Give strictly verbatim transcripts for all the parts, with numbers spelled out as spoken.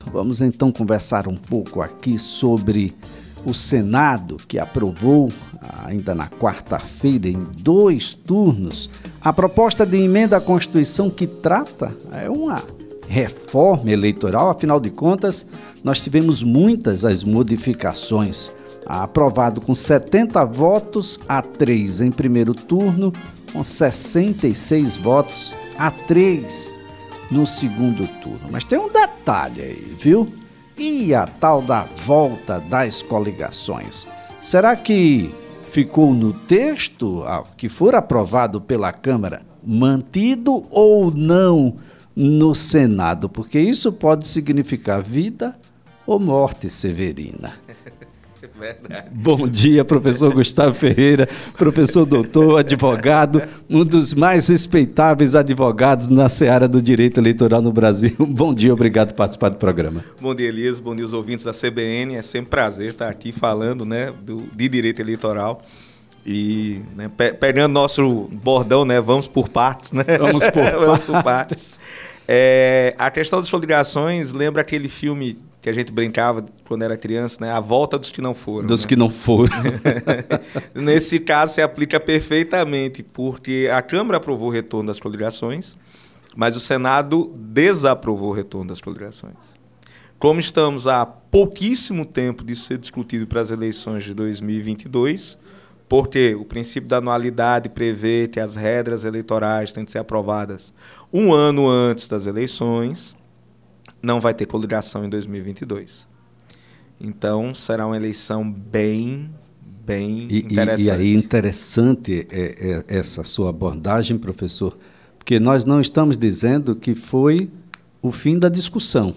Vamos então conversar um pouco aqui sobre o Senado, que aprovou, ainda na quarta-feira, em dois turnos, a proposta de emenda à Constituição que trata é uma reforma eleitoral. Afinal de contas, nós tivemos muitas as modificações. Aprovado com setenta votos a três em primeiro turno, com sessenta e seis votos a três no segundo turno. Mas tem um detalhe aí, viu? E a tal da volta das coligações? Será que ficou no texto que for aprovado pela Câmara mantido ou não no Senado? Porque isso pode significar vida ou morte, Severina. Verdade. Bom dia, professor Gustavo Ferreira, professor doutor, advogado, um dos mais respeitáveis advogados na seara do direito eleitoral no Brasil. Bom dia, obrigado por participar do programa. Bom dia, Elias, bom dia aos ouvintes da C B N, é sempre um prazer estar aqui falando, né, do, de direito eleitoral. E, né, pe- pegando nosso bordão, né, vamos por partes, né? Vamos por, vamos por partes. É, a questão das coligações lembra aquele filme que a gente brincava quando era criança, né? A volta dos que não foram. Dos né? que não foram. Nesse caso, se aplica perfeitamente, porque a Câmara aprovou o retorno das coligações, mas o Senado desaprovou o retorno das coligações. Como estamos há pouquíssimo tempo de ser discutido para as eleições de dois mil e vinte e dois, porque o princípio da anualidade prevê que as regras eleitorais têm que ser aprovadas um ano antes das eleições, não vai ter coligação em dois mil e vinte e dois. Então, será uma eleição bem, bem e, interessante. E, e aí, interessante é, é, essa sua abordagem, professor, porque nós não estamos dizendo que foi o fim da discussão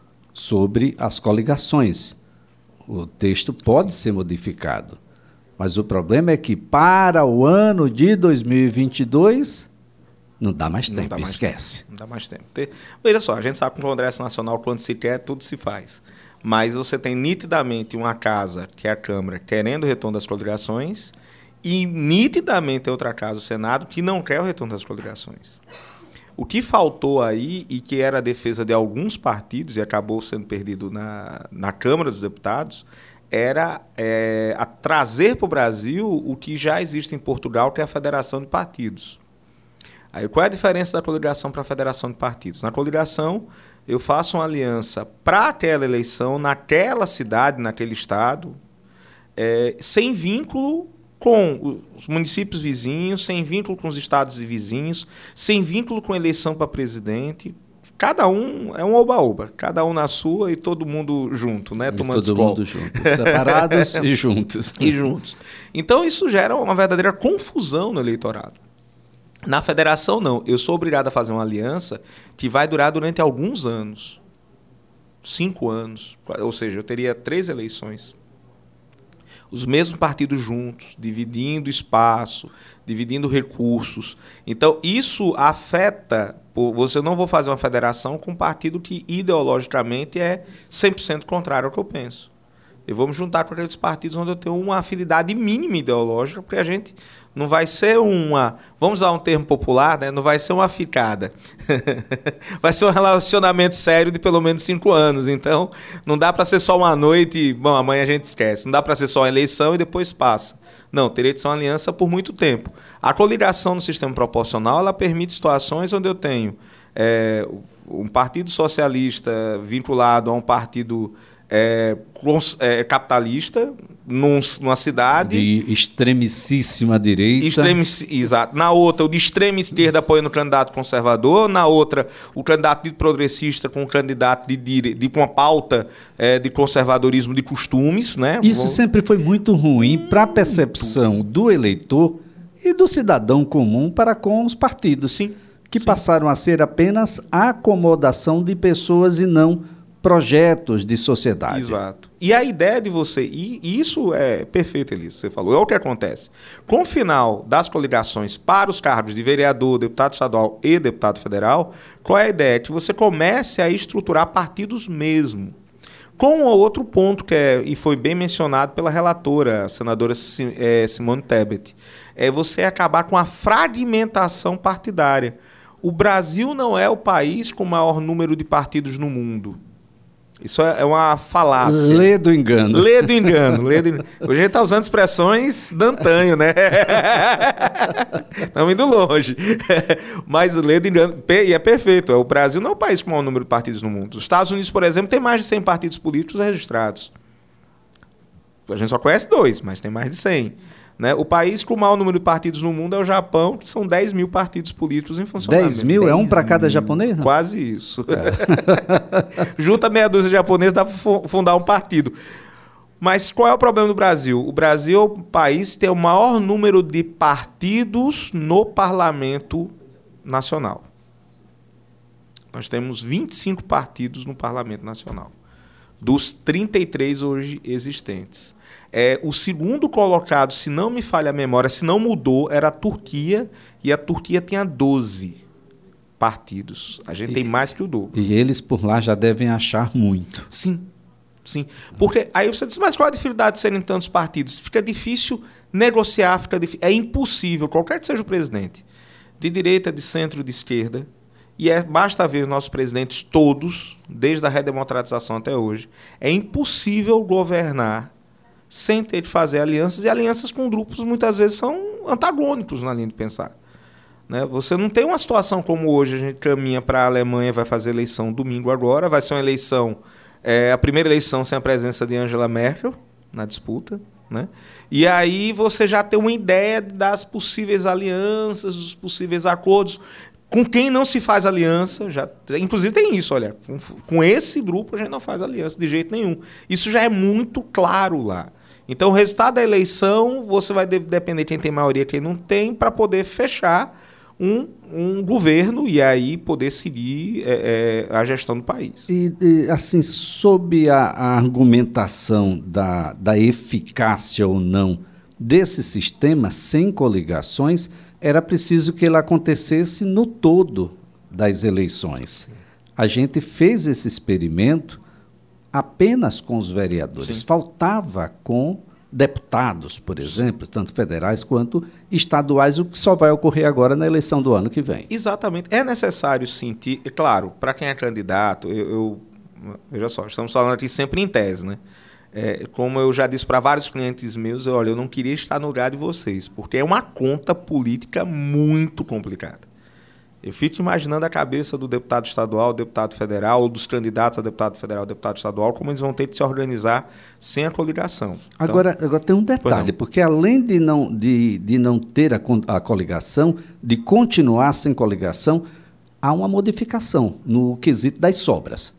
sobre as coligações. O texto pode Sim. ser modificado, mas o problema é que para o ano de dois mil e vinte e dois... Não dá mais tempo, dá mais esquece. Tempo, não dá mais tempo. Veja só, a gente sabe que no Congresso Nacional, quando se quer, tudo se faz. Mas você tem nitidamente uma casa, que é a Câmara, querendo o retorno das coligações, e nitidamente outra casa, o Senado, que não quer o retorno das coligações. O que faltou aí, e que era a defesa de alguns partidos, e acabou sendo perdido na, na Câmara dos Deputados, era é, a trazer para o Brasil o que já existe em Portugal, que é a Federação de Partidos. Aí, qual é a diferença da coligação para a federação de partidos? Na coligação, eu faço uma aliança para aquela eleição, naquela cidade, naquele estado, é, sem vínculo com os municípios vizinhos, sem vínculo com os estados vizinhos, sem vínculo com eleição para presidente. Cada um é um oba-oba, cada um na sua e todo mundo junto, né? Tomando todo mundo junto, separados e juntos. E juntos. Então, isso gera uma verdadeira confusão no eleitorado. Na federação, não. Eu sou obrigado a fazer uma aliança que vai durar durante alguns anos. Cinco anos. Ou seja, eu teria três eleições. Os mesmos partidos juntos, dividindo espaço, dividindo recursos. Então, isso afeta... Você não vai fazer uma federação com um partido que ideologicamente é cem por cento contrário ao que eu penso. Eu vou me juntar com aqueles partidos onde eu tenho uma afinidade mínima ideológica, porque a gente não vai ser uma... Vamos usar um termo popular, né? Não vai ser uma ficada. Vai ser um relacionamento sério de pelo menos cinco anos. Então, não dá para ser só uma noite e, bom, amanhã a gente esquece. Não dá para ser só uma eleição e depois passa. Não, teria que ser uma aliança por muito tempo. A coligação no sistema proporcional, ela permite situações onde eu tenho é, um partido socialista vinculado a um partido... É, é, capitalista num, numa cidade de extremicíssima direita, extremic, exato. Na outra o de extrema esquerda apoiando o candidato conservador, na outra o candidato de progressista com o candidato de, de, de com uma pauta é, de conservadorismo de costumes, né? Isso Vou... sempre foi muito ruim para a percepção do eleitor e do cidadão comum para com os partidos, sim, que sim. passaram a ser apenas a acomodação de pessoas e não projetos de sociedade. Exato. E a ideia de você... E isso é perfeito, Elias, você falou. É o que acontece. Com o final das coligações para os cargos de vereador, deputado estadual e deputado federal, qual é a ideia? Que você comece a estruturar partidos mesmo. Com outro ponto, que é, e foi bem mencionado pela relatora, a senadora Simone Tebet, é você acabar com a fragmentação partidária. O Brasil não é o país com o maior número de partidos no mundo. Isso é uma falácia. Lê do engano. Lê do engano. Lê do engano. Hoje a gente está usando expressões dantanho, né? Estamos indo longe. Mas lê do engano. E é perfeito. O Brasil não é o país com o maior número de partidos no mundo. Os Estados Unidos, por exemplo, tem mais de cem partidos políticos registrados. A gente só conhece dois, mas tem mais de cem. Né? O país com o maior número de partidos no mundo é o Japão, que são dez mil partidos políticos em funcionamento. dez mil? É um para cada japonês? Não? Quase isso. É. Junta meia dúzia de japoneses, dá para fundar um partido. Mas qual é o problema do Brasil? O Brasil é o país que tem o maior número de partidos no parlamento nacional. Nós temos vinte e cinco partidos no parlamento nacional, dos trinta e três hoje existentes. É, o segundo colocado, se não me falha a memória, se não mudou, era a Turquia, e a Turquia tinha doze partidos. A gente e, tem mais que o dobro. E eles por lá já devem achar muito. Sim, sim. Porque aí você diz, mas qual a dificuldade de serem tantos partidos? Fica difícil negociar, fica difícil, é impossível, qualquer que seja o presidente, de direita, de centro, de esquerda, e é, basta ver os nossos presidentes todos, desde a redemocratização até hoje, é impossível governar sem ter de fazer alianças, e alianças com grupos muitas vezes são antagônicos na linha de pensar. Né? Você não tem uma situação como hoje, a gente caminha para a Alemanha, vai fazer eleição domingo agora, vai ser uma eleição, é, a primeira eleição sem a presença de Angela Merkel na disputa, né? E aí você já tem uma ideia das possíveis alianças, dos possíveis acordos. Com quem não se faz aliança, já, inclusive tem isso, olha, com, com esse grupo a gente não faz aliança de jeito nenhum. Isso já é muito claro lá. Então, o resultado da eleição, você vai de, depender de quem tem maioria e quem não tem, para poder fechar um, um governo e aí poder seguir é, é, a gestão do país. E, e assim, sob a, a argumentação da, da eficácia ou não desse sistema sem coligações, era preciso que ele acontecesse no todo das eleições. A gente fez esse experimento apenas com os vereadores. Sim. Faltava com deputados, por exemplo, tanto federais quanto estaduais, o que só vai ocorrer agora na eleição do ano que vem. Exatamente. É necessário sentir, é claro, para quem é candidato, eu, eu veja só, estamos falando aqui sempre em tese, né? É, como eu já disse para vários clientes meus, eu, olha, eu não queria estar no lugar de vocês, porque é uma conta política muito complicada. Eu fico imaginando a cabeça do deputado estadual, deputado federal, ou dos candidatos a deputado federal, deputado estadual, como eles vão ter de se organizar sem a coligação. Então, agora, agora tem um detalhe, porque além de não, de, de não ter a, a coligação, de continuar sem coligação, há uma modificação no quesito das sobras.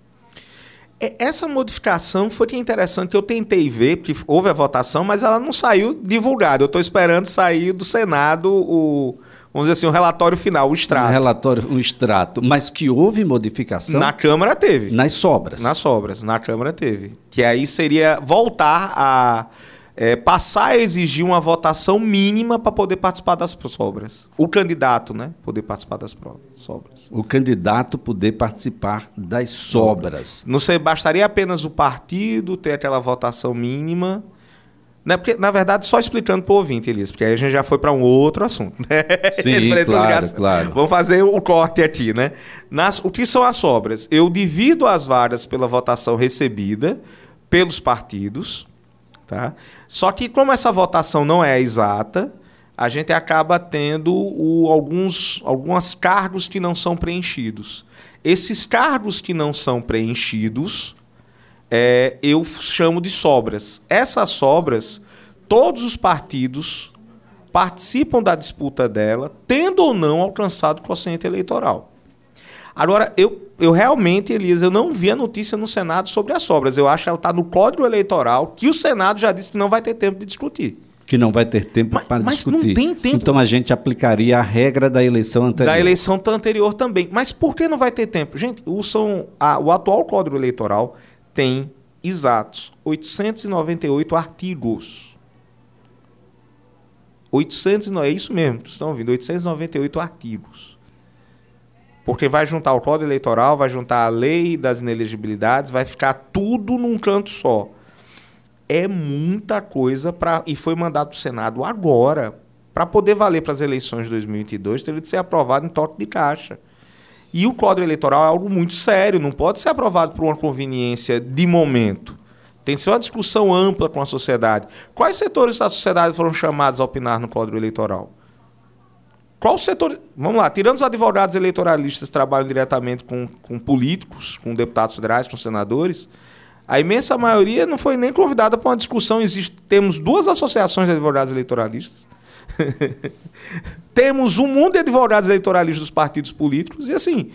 Essa modificação foi que é interessante, que eu tentei ver, porque houve a votação, mas ela não saiu divulgada. Eu estou esperando sair do Senado o, vamos dizer assim, o relatório final, o extrato. Um relatório, um extrato, mas que houve modificação? Na Câmara teve. Nas sobras? Nas sobras, na Câmara teve. Que aí seria voltar a é, passar a exigir uma votação mínima para poder participar das sobras. O candidato, né, poder participar das sobras. O candidato poder participar das sobras. Não sei, bastaria apenas o partido ter aquela votação mínima, né? Porque, na verdade, só explicando para o ouvinte, Elias, porque aí a gente já foi para um outro assunto. Né? Sim, claro, claro. Vamos fazer o corte aqui, né? Nas, o que são as sobras? Eu divido as vagas pela votação recebida pelos partidos, tá? Só que, como essa votação não é exata, a gente acaba tendo o, alguns, alguns cargos que não são preenchidos. Esses cargos que não são preenchidos, é, eu chamo de sobras. Essas sobras, todos os partidos participam da disputa dela, tendo ou não alcançado o quociente eleitoral. Agora, eu, eu realmente, Elias, eu não vi a notícia no Senado sobre as sobras. Eu acho que ela está no Código Eleitoral, que o Senado já disse que não vai ter tempo de discutir. Que não vai ter tempo mas, para mas discutir. Mas não tem tempo. Então a gente aplicaria a regra da eleição anterior. Da eleição anterior também. Mas por que não vai ter tempo? Gente, o, são, a, o atual Código Eleitoral tem exatos oitocentos e noventa e oito artigos. oitocentos, é isso mesmo, vocês estão ouvindo, oitocentos e noventa e oito artigos. Porque vai juntar o Código Eleitoral, vai juntar a lei das inelegibilidades, vai ficar tudo num canto só. É muita coisa, pra, e foi mandado para o Senado agora, para poder valer para as eleições de dois mil e vinte e dois, teria de ser aprovado em toque de caixa. E o Código Eleitoral é algo muito sério, não pode ser aprovado por uma conveniência de momento. Tem que ser uma discussão ampla com a sociedade. Quais setores da sociedade foram chamados a opinar no Código Eleitoral? Qual setor... Vamos lá, tirando os advogados eleitoralistas que trabalham diretamente com, com políticos, com deputados federais, com senadores, a imensa maioria não foi nem convidada para uma discussão. Existe, temos duas associações de advogados eleitoralistas. Temos um mundo de advogados eleitoralistas dos partidos políticos e, assim,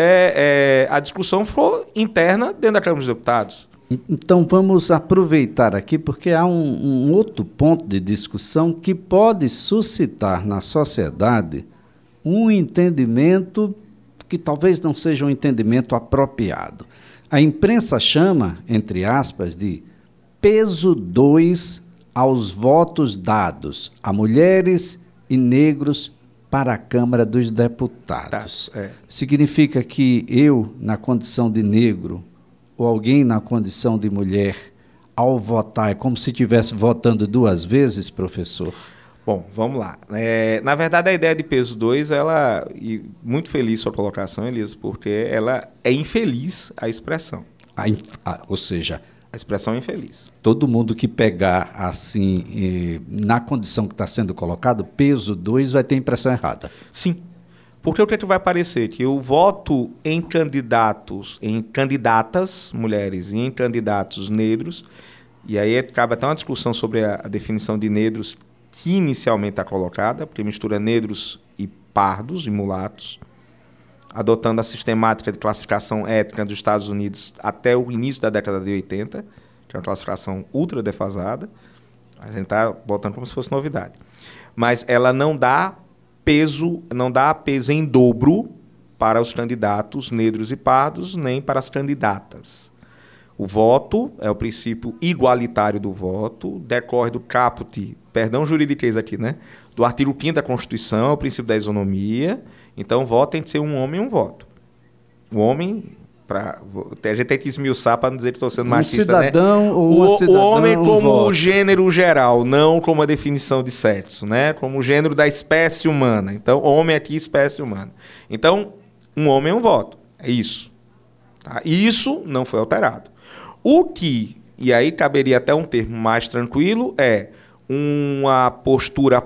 é, é, a discussão foi interna dentro da Câmara dos Deputados. Então, vamos aproveitar aqui, porque há um, um outro ponto de discussão que pode suscitar na sociedade um entendimento que talvez não seja um entendimento apropriado. A imprensa chama, entre aspas, de peso dois aos votos dados a mulheres e negros para a Câmara dos Deputados. Tá, é. Significa que eu, na condição de negro, ou alguém na condição de mulher, ao votar, é como se estivesse votando duas vezes, professor? Bom, vamos lá. É, na verdade, a ideia de peso dois, ela, e muito feliz sua colocação, Elisa, porque ela é infeliz a expressão. A, a, ou seja, a expressão é infeliz. Todo mundo que pegar assim, eh, na condição que está sendo colocado, peso dois, vai ter impressão errada. Sim. Porque o que, é que vai parecer? Que eu voto em candidatos, em candidatas mulheres e em candidatos negros, e aí cabe até uma discussão sobre a, a definição de negros que inicialmente está colocada, porque mistura negros e pardos e mulatos, adotando a sistemática de classificação étnica dos Estados Unidos até o início da década de oitenta, que é uma classificação ultra defasada. A gente está botando como se fosse novidade. Mas ela não dá peso, não dá peso em dobro para os candidatos negros e pardos, nem para as candidatas. O voto é o princípio igualitário do voto, decorre do caput, perdão juridiquês aqui, né? Do artigo quinto da Constituição, o princípio da isonomia. Então, o voto tem que ser um homem e um voto. O homem, pra, a gente tem que esmiuçar para não dizer que estou sendo um machista, cidadão, né? Ou uma o, cidadã, o homem um como voto. gênero geral, não como a definição de sexo, né? Como o gênero da espécie humana. Então, homem aqui, espécie humana. Então, um homem é um voto. É isso. Tá? E isso não foi alterado. O que, e aí caberia até um termo mais tranquilo, é uma postura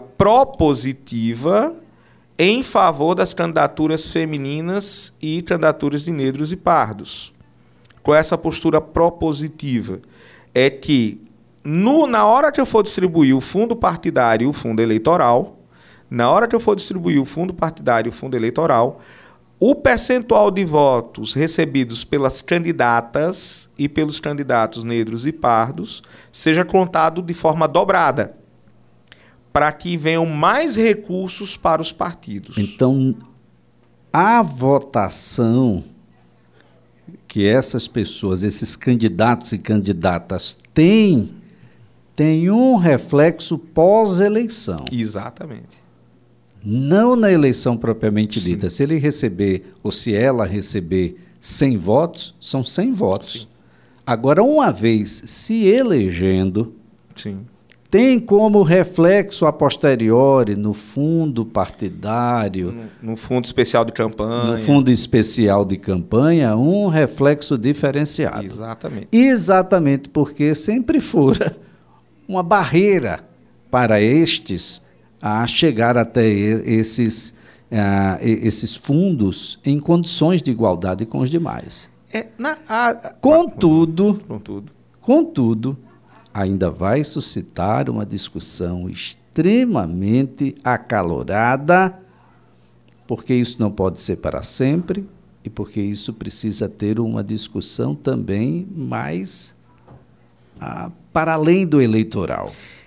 propositiva em favor das candidaturas femininas e candidaturas de negros e pardos. Qual é essa postura propositiva? É que, no, na hora que eu for distribuir o fundo partidário e o fundo eleitoral, na hora que eu for distribuir o fundo partidário e o fundo eleitoral, o percentual de votos recebidos pelas candidatas e pelos candidatos negros e pardos seja contado de forma dobrada, para que venham mais recursos para os partidos. Então, a votação que essas pessoas, esses candidatos e candidatas têm, tem um reflexo pós-eleição. Exatamente. Não na eleição propriamente Sim. dita. Se ele receber, ou se ela receber cem votos, são cem votos. Sim. Agora, uma vez se elegendo, Sim. tem como reflexo a posteriori no fundo partidário, No, no fundo especial de campanha. no fundo especial de campanha, um reflexo diferenciado. Exatamente. Exatamente porque sempre fora uma barreira para estes a chegar até esses, uh, esses fundos em condições de igualdade com os demais. É, na, a, Contudo, contudo, contudo, ainda vai suscitar uma discussão extremamente acalorada, porque isso não pode ser para sempre e porque isso precisa ter uma discussão também mais ah, para além do eleitoral.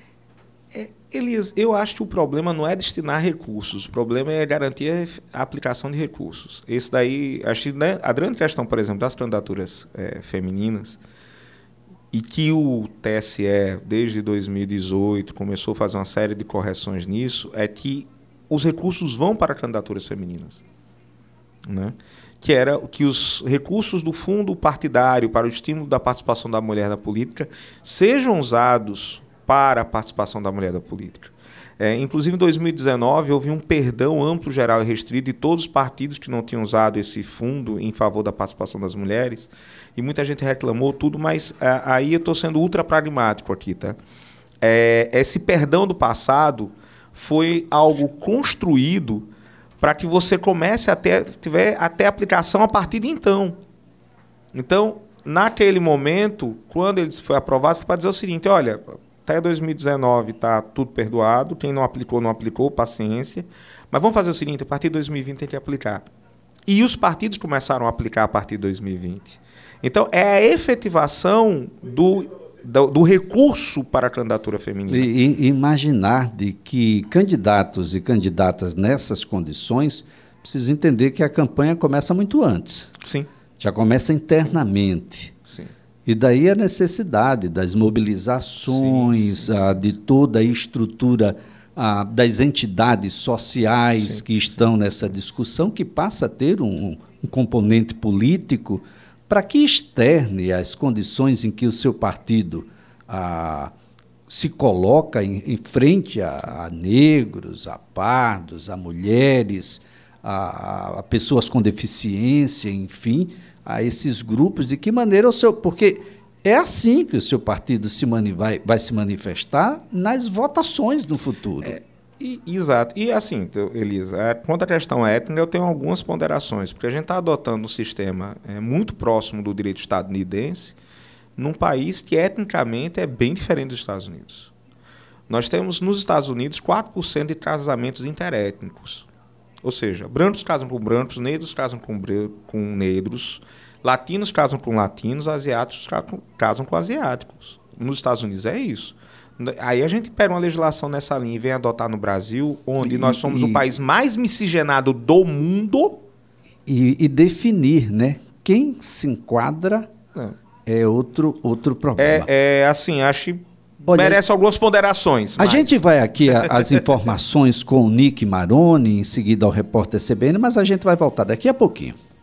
Elias, eu acho que o problema não é destinar recursos, o problema é garantir a aplicação de recursos. Esse daí, acho que, né, a grande questão, por exemplo, das candidaturas é, femininas, e que o T S E, desde dois mil e dezoito, começou a fazer uma série de correções nisso, é que os recursos vão para candidaturas femininas. Né? Que era que os recursos do fundo partidário para o estímulo da participação da mulher na política sejam usados para a participação da mulher da política. É, inclusive, em dois mil e dezenove, houve um perdão amplo, geral e restrito de todos os partidos que não tinham usado esse fundo em favor da participação das mulheres. E muita gente reclamou tudo, mas é, aí eu estou sendo ultra pragmático aqui. Tá? É, esse perdão do passado foi algo construído para que você comece a ter, tiver até aplicação a partir de então. Então, naquele momento, quando ele foi aprovado, foi para dizer o seguinte, olha... Até dois mil e dezenove está tudo perdoado. Quem não aplicou, não aplicou, paciência. Mas vamos fazer o seguinte, a partir de dois mil e vinte tem que aplicar. E os partidos começaram a aplicar a partir de dois mil e vinte. Então, é a efetivação do, do, do recurso para a candidatura feminina. E, e imaginar de que candidatos e candidatas nessas condições precisam entender que a campanha começa muito antes. Sim. Já começa internamente. Sim. E daí a necessidade das mobilizações, sim, sim. A, de toda a estrutura a, das entidades sociais, sim, que estão sim. nessa discussão, que passa a ter um, um componente político para que externe as condições em que o seu partido a, se coloca em, em frente a, a negros, a pardos, a mulheres, a, a pessoas com deficiência, enfim... a esses grupos, de que maneira o seu... Porque é assim que o seu partido se mani, vai, vai se manifestar nas votações no futuro. É, e, exato. E assim, Elisa, quanto à questão étnica, eu tenho algumas ponderações, porque a gente está adotando um sistema é, muito próximo do direito estadunidense, num país que etnicamente é bem diferente dos Estados Unidos. Nós temos nos Estados Unidos quatro por cento de casamentos interétnicos. Ou seja, brancos casam com brancos, negros casam com, com negros, latinos casam com latinos, asiáticos casam com asiáticos. Nos Estados Unidos é isso. Aí a gente pega uma legislação nessa linha e vem adotar no Brasil, onde e, nós somos e, o país mais miscigenado do mundo. E, e definir, né? Quem se enquadra é, é outro, outro problema. É, é assim, acho que Olha, merece algumas ponderações. A mas... gente vai aqui às informações com o Nick Maroni, em seguida ao repórter C B N, mas a gente vai voltar daqui a pouquinho.